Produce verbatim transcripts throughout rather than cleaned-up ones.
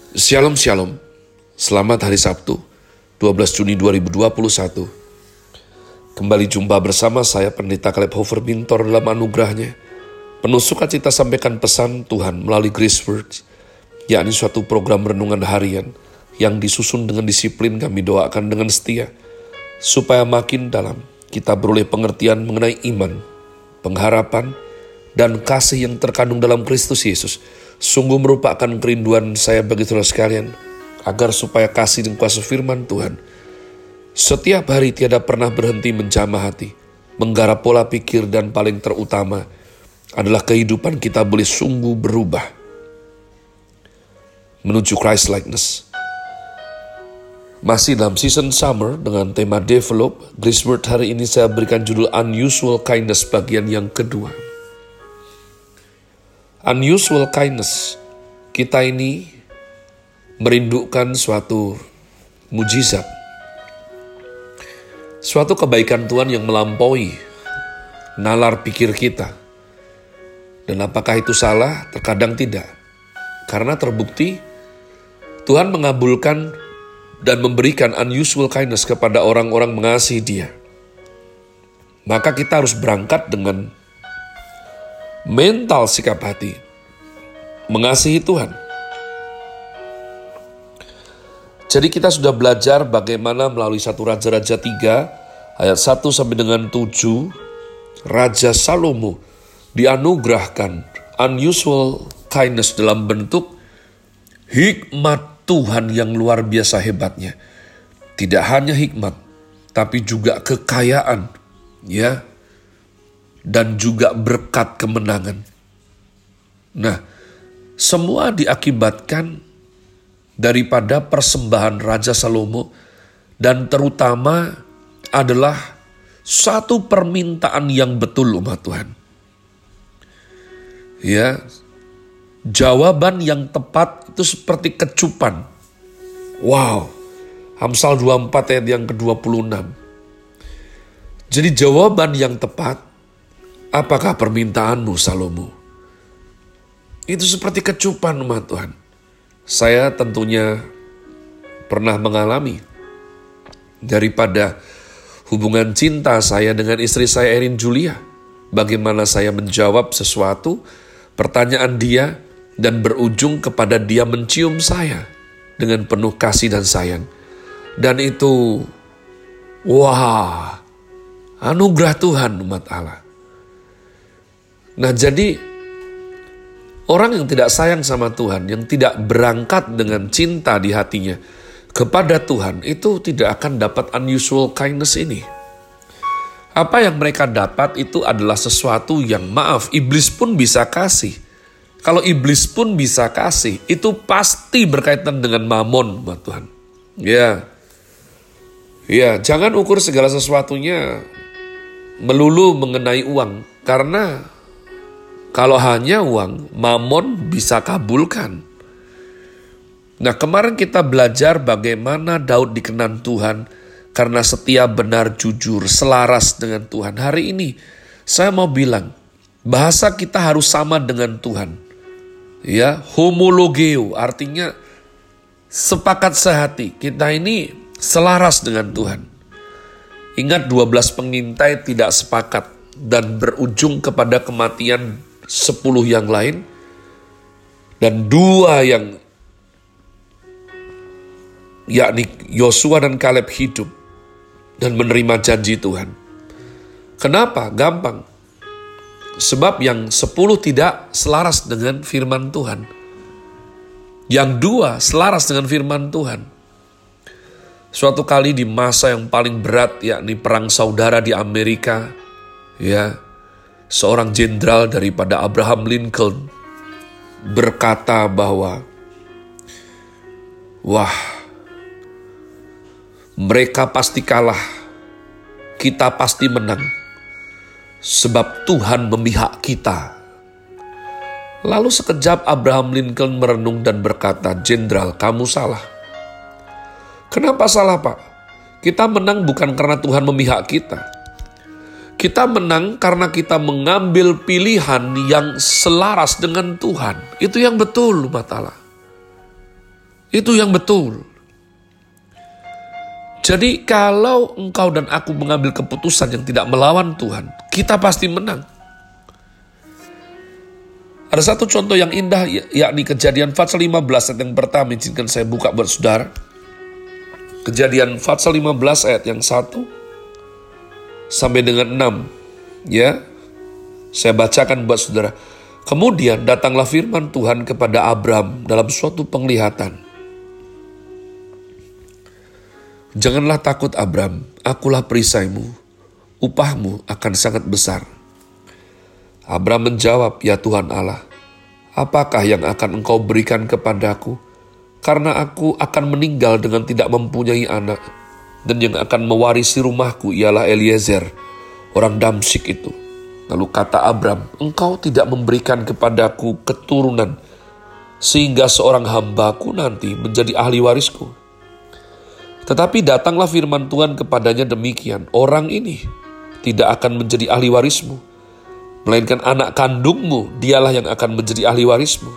Shalom Shalom, selamat hari Sabtu, dua belas Juni dua ribu dua puluh satu. Kembali jumpa bersama saya Pendeta Caleb Hofer Bintor dalam anugerahnya. Penuh sukacita sampaikan pesan Tuhan melalui Grace Words, yakni suatu program renungan harian yang disusun dengan disiplin. Kami doakan dengan setia, supaya makin dalam kita beroleh pengertian mengenai iman, pengharapan, dan kasih yang terkandung dalam Kristus Yesus. Sungguh merupakan kerinduan saya bagi saudara sekalian, agar supaya kasih dan kuasa firman Tuhan setiap hari tiada pernah berhenti menjamah hati, menggarap pola pikir, dan paling terutama adalah kehidupan kita boleh sungguh berubah menuju Christ likeness. Masih dalam season summer dengan tema develop, Grace Word hari ini saya berikan judul Unusual Kindness bagian yang kedua. Unusual kindness, kita ini merindukan suatu mujizat, suatu kebaikan Tuhan yang melampaui nalar pikir kita. Dan apakah itu salah? Terkadang tidak. Karena terbukti Tuhan mengabulkan dan memberikan unusual kindness kepada orang-orang mengasihi Dia. Maka kita harus berangkat dengan mental sikap hati mengasihi Tuhan. Jadi kita sudah belajar bagaimana melalui satu Raja-Raja tiga ayat satu sampai dengan tujuh, Raja Salomo dianugerahkan unusual kindness dalam bentuk hikmat Tuhan yang luar biasa hebatnya. Tidak hanya hikmat, tapi juga kekayaan, ya, dan juga berkat kemenangan. Nah, semua diakibatkan daripada persembahan Raja Salomo, dan terutama adalah satu permintaan yang betul umat Tuhan. Ya, jawaban yang tepat itu seperti kecupan. Wow, Amsal dua puluh empat ayat yang ke dua puluh enam. Jadi jawaban yang tepat, apakah permintaanmu Salomo? Itu seperti kecupan umat Tuhan. Saya tentunya pernah mengalami daripada hubungan cinta saya dengan istri saya Erin Julia. Bagaimana saya menjawab sesuatu pertanyaan dia dan berujung kepada dia mencium saya dengan penuh kasih dan sayang. Dan itu, wah, anugerah Tuhan umat Allah. Nah, jadi orang yang tidak sayang sama Tuhan, yang tidak berangkat dengan cinta di hatinya kepada Tuhan, itu tidak akan dapat unusual kindness ini. Apa yang mereka dapat itu adalah sesuatu yang, maaf, iblis pun bisa kasih. Kalau iblis pun bisa kasih, itu pasti berkaitan dengan mamon, buat Tuhan. Ya, ya, jangan ukur segala sesuatunya melulu mengenai uang, karena kalau hanya uang, mamon bisa kabulkan. Nah, kemarin kita belajar bagaimana Daud dikenan Tuhan karena setia, benar, jujur, selaras dengan Tuhan. Hari ini saya mau bilang, bahasa kita harus sama dengan Tuhan. Ya, homologeo, artinya sepakat sehati. Kita ini selaras dengan Tuhan. Ingat, dua belas pengintai tidak sepakat dan berujung kepada kematian sepuluh yang lain, dan dua yang yakni Yosua dan Kaleb hidup dan menerima janji Tuhan. Kenapa? Gampang. Sebab yang sepuluh tidak selaras dengan firman Tuhan. Yang dua selaras dengan firman Tuhan. Suatu kali di masa yang paling berat, yakni perang saudara di Amerika, ya, seorang jenderal daripada Abraham Lincoln berkata bahwa, wah, mereka pasti kalah, kita pasti menang, sebab Tuhan memihak kita. Lalu sekejap Abraham Lincoln merenung dan berkata, "Jenderal, kamu salah." "Kenapa salah, Pak?" "Kita menang bukan karena Tuhan memihak kita. Kita menang karena kita mengambil pilihan yang selaras dengan Tuhan." Itu yang betul, umat Allah. Itu yang betul. Jadi kalau engkau dan aku mengambil keputusan yang tidak melawan Tuhan, kita pasti menang. Ada satu contoh yang indah, yakni Kejadian pasal lima belas ayat yang pertama. Izinkan saya buka buat saudara. Kejadian pasal lima belas ayat yang satu sampai dengan enam. Ya, saya bacakan buat saudara. Kemudian datanglah firman Tuhan kepada Abram dalam suatu penglihatan. Janganlah takut Abram, akulah perisaimu, upahmu akan sangat besar. Abram menjawab, ya Tuhan Allah, apakah yang akan engkau berikan kepadaku? Karena aku akan meninggal dengan tidak mempunyai anak, dan yang akan mewarisi rumahku ialah Eliezer, orang Damsyik itu. Lalu kata Abram, engkau tidak memberikan kepadaku keturunan, sehingga seorang hambaku nanti menjadi ahli warisku. Tetapi datanglah firman Tuhan kepadanya demikian, orang ini tidak akan menjadi ahli warismu, melainkan anak kandungmu, dialah yang akan menjadi ahli warismu.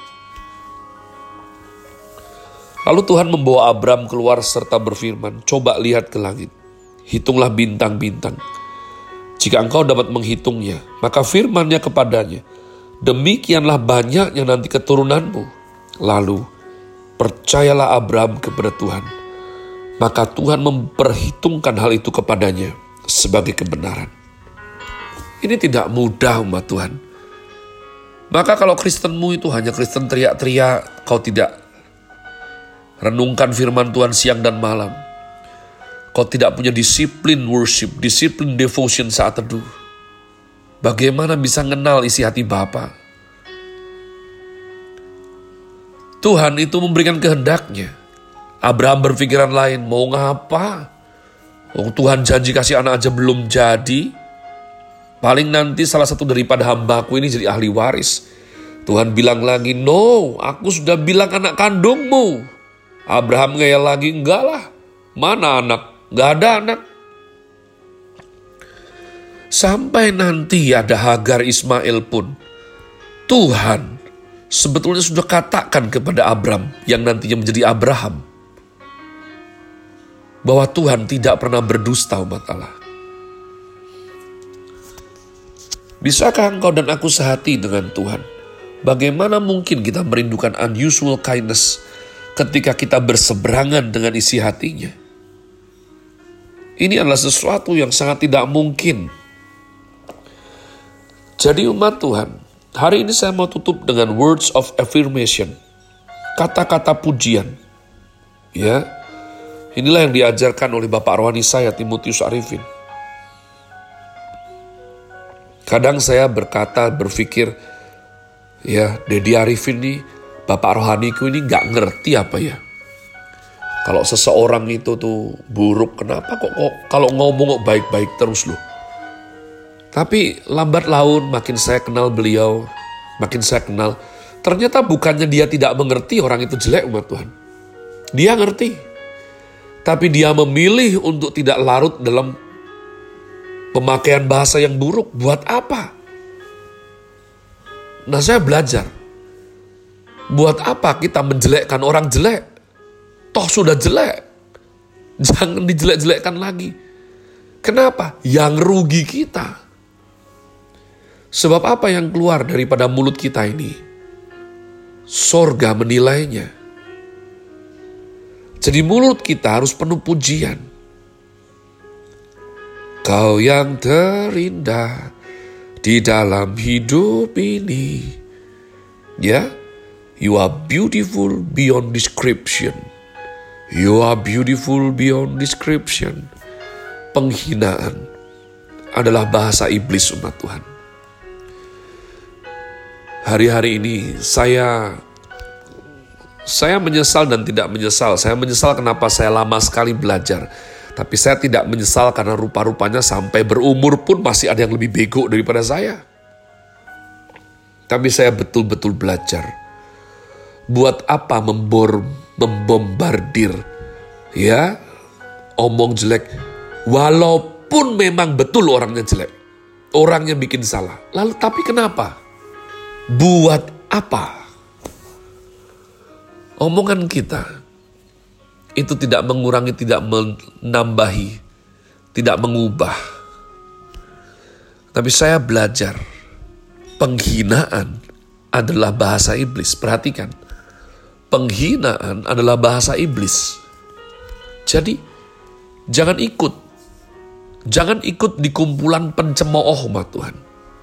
Lalu Tuhan membawa Abram keluar serta berfirman, coba lihat ke langit, hitunglah bintang-bintang. Jika engkau dapat menghitungnya, maka firman-Nya kepadanya, demikianlah banyaknya nanti keturunanmu. Lalu percayalah Abram kepada Tuhan, maka Tuhan memperhitungkan hal itu kepadanya sebagai kebenaran. Ini tidak mudah umat Tuhan. Maka kalau Kristenmu itu hanya Kristen teriak-teriak, kau tidak renungkan firman Tuhan siang dan malam, kau tidak punya disiplin worship, disiplin devotion saat teduh, bagaimana bisa mengenal isi hati Bapa? Tuhan itu memberikan kehendak-Nya. Abraham berpikiran lain, mau ngapa? Oh, Tuhan janji kasih anak aja belum jadi. Paling nanti salah satu daripada hambaku ini jadi ahli waris. Tuhan bilang lagi, no, aku sudah bilang anak kandungmu. Abraham ngeyel lagi, enggak lah. Mana anak? Enggak ada anak. Sampai nanti ada Hagar Ismail pun, Tuhan sebetulnya sudah katakan kepada Abram yang nantinya menjadi Abraham, bahwa Tuhan tidak pernah berdusta umat Allah. Bisakah engkau dan aku sehati dengan Tuhan? Bagaimana mungkin kita merindukan unusual kindness ketika kita berseberangan dengan isi hatinya? Ini adalah sesuatu yang sangat tidak mungkin. Jadi umat Tuhan, hari ini saya mau tutup dengan words of affirmation, kata-kata pujian. Ya, inilah yang diajarkan oleh Bapak rohani saya, Timotius Arifin. Kadang saya berkata, berpikir, ya Dedi Arifin nih, Bapak rohaniku ini gak ngerti apa ya. Kalau seseorang itu tuh buruk, kenapa kok, kok kalau ngomong kok baik-baik terus loh. Tapi lambat laun makin saya kenal beliau, makin saya kenal, ternyata bukannya dia tidak mengerti orang itu jelek umat Tuhan. Dia ngerti. Tapi dia memilih untuk tidak larut dalam pemakaian bahasa yang buruk. Buat apa? Nah, saya belajar. Buat apa kita menjelekkan orang jelek? Toh sudah jelek. Jangan dijelek-jelekkan lagi. Kenapa? Yang rugi kita. Sebab apa yang keluar daripada mulut kita ini? Sorga menilainya. Jadi mulut kita harus penuh pujian. Kau yang terindah di dalam hidup ini. Ya, you are beautiful beyond description. You are beautiful beyond description. Penghinaan adalah bahasa iblis umat Tuhan. Hari-hari ini saya saya menyesal dan tidak menyesal. Saya menyesal kenapa saya lama sekali belajar. Tapi saya tidak menyesal karena rupa-rupanya sampai berumur pun masih ada yang lebih bego daripada saya. Tapi saya betul-betul belajar. Buat apa membor, membombardir, ya, omong jelek. Walaupun memang betul orangnya jelek. Orangnya bikin salah. Lalu tapi kenapa? Buat apa? omongan kita itu tidak mengurangi, tidak menambahi, tidak mengubah. Tapi saya belajar, penghinaan adalah bahasa iblis. Perhatikan, penghinaan adalah bahasa iblis. Jadi, jangan ikut. Jangan ikut di kumpulan pencemooh umat Tuhan.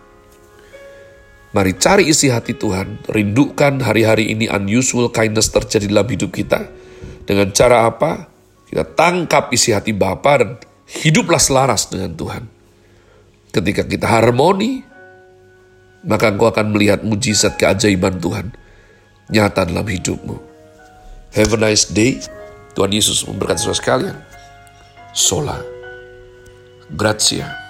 Mari cari isi hati Tuhan, rindukan hari-hari ini unusual kindness terjadi dalam hidup kita. Dengan cara apa? Kita tangkap isi hati Bapa dan hiduplah selaras dengan Tuhan. Ketika kita harmoni, maka engkau akan melihat mujizat keajaiban Tuhan nyata dalam hidupmu. Have a nice day. Tuhan Yesus memberkati saudara sekalian. Sola. Grazie.